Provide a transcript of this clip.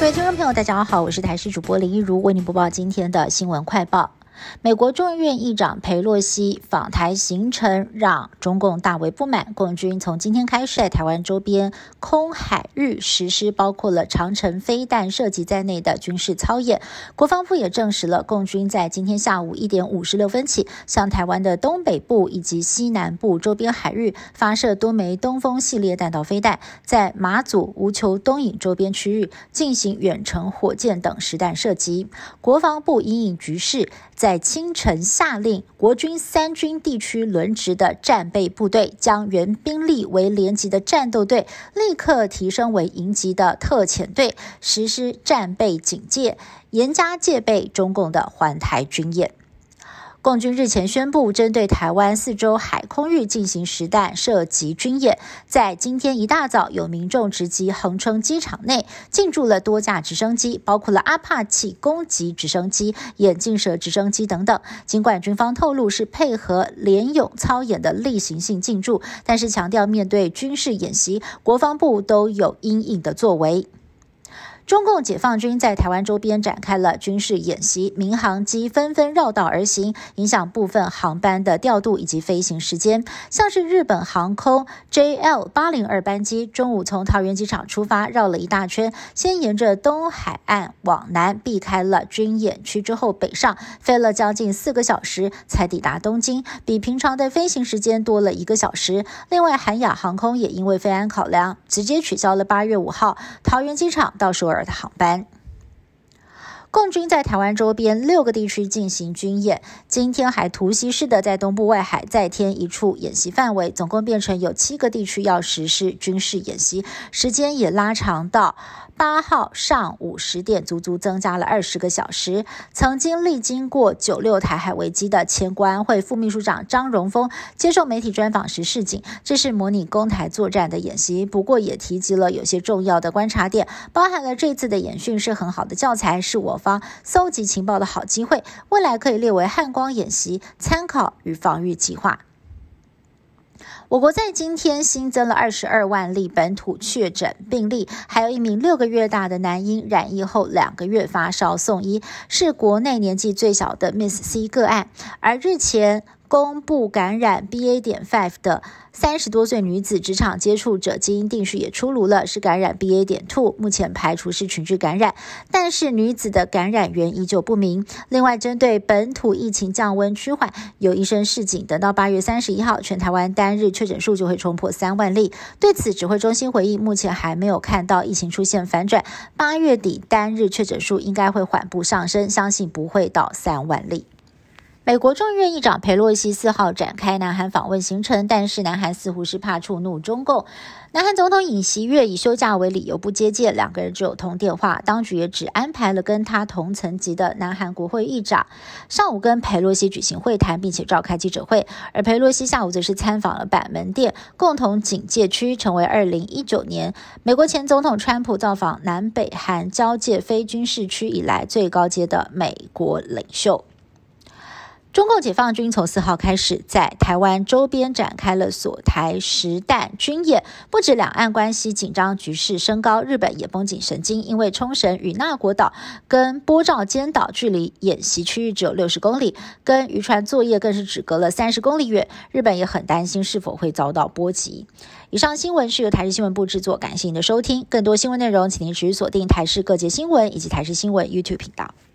各位听众朋友大家好，我是台视主播林一如，为您播报今天的新闻快报。美国众议院议长裴洛西访台行程让中共大为不满，共军从今天开始在台湾周边空海域实施包括了长程飞弹射击在内的军事操演。国防部也证实了，共军在今天下午1点56分起，向台湾的东北部以及西南部周边海域发射多枚东风系列弹道飞弹，在马祖、无球东引周边区域进行远程火箭等实弹射击。国防部因应局势，在清晨下令国军3军地区轮值的战备部队，将原兵力为连级的战斗队立刻提升为营级的特遣队，实施战备警戒，严加戒备中共的环台军演。共军日前宣布，针对台湾4周海空域进行实弹射击军演。在今天一大早，有民众直击恒春机场内，进驻了多架直升机，包括了阿帕奇攻击直升机、眼镜蛇直升机等等。尽管军方透露是配合联勇操演的例行性进驻，但是强调面对军事演习，国防部都有因应的作为。中共解放军在台湾周边展开了军事演习，民航机纷纷绕道而行，影响部分航班的调度以及飞行时间。像是日本航空 JL802 班机中午从桃园机场出发，绕了一大圈，先沿着东海岸往南，避开了军演区之后北上，飞了将近4个小时才抵达东京，比平常的飞行时间多了1个小时。另外，韩亚航空也因为飞安考量，直接取消了8月5号桃园机场到首尔的航班。共军在台湾周边6个地区进行军演，今天还突袭式的在东部外海再添一处演习范围，总共变成有7个地区要实施军事演习，时间也拉长到8号上午10点，足足增加了20个小时。曾经历经过96台海危机的前国安会副秘书长张荣峰接受媒体专访时示警，这是模拟攻台作战的演习，不过也提及了有些重要的观察点，包含了这次的演训是很好的教材，是我方搜集情报的好机会，未来可以列为汉光演习参考与防御计划。我国在今天新增了22万例本土确诊病例，还有1名6个月大的男婴染疫后2个月发烧送医，是国内年纪最小的 Miss C 个案。而日前公布感染 BA.5 的30多岁女子职场接触者基因定序也出炉了，是感染 BA.2， 目前排除是群聚感染，但是女子的感染源依旧不明。另外，针对本土疫情降温趋缓，有医生示警，等到8月31号，全台湾单日确诊数就会冲破3万例。对此，指挥中心回应，目前还没有看到疫情出现反转，8月底单日确诊数应该会缓步上升，相信不会到3万例。美国众议院议长裴洛西4号展开南韩访问行程，但是南韩似乎是怕触怒中共。南韩总统尹锡悦以休假为理由不接见，两个人只有通电话，当局也只安排了跟他同层级的南韩国会议长上午跟裴洛西举行会谈，并且召开记者会，而裴洛西下午则是参访了板门店共同警戒区，成为2019年美国前总统川普造访南北韩交界非军事区以来最高阶的美国领袖。中共解放军从4号开始在台湾周边展开了锁台实弹军演，不止两岸关系紧张局势升高，日本也绷紧神经，因为冲绳与那国岛跟波照间岛距离演习区域只有60公里，跟渔船作业更是只隔了30公里远，日本也很担心是否会遭到波及。以上新闻是由台视新闻部制作，感谢您的收听，更多新闻内容请您持续锁定台视各界新闻以及台视新闻 YouTube 频道。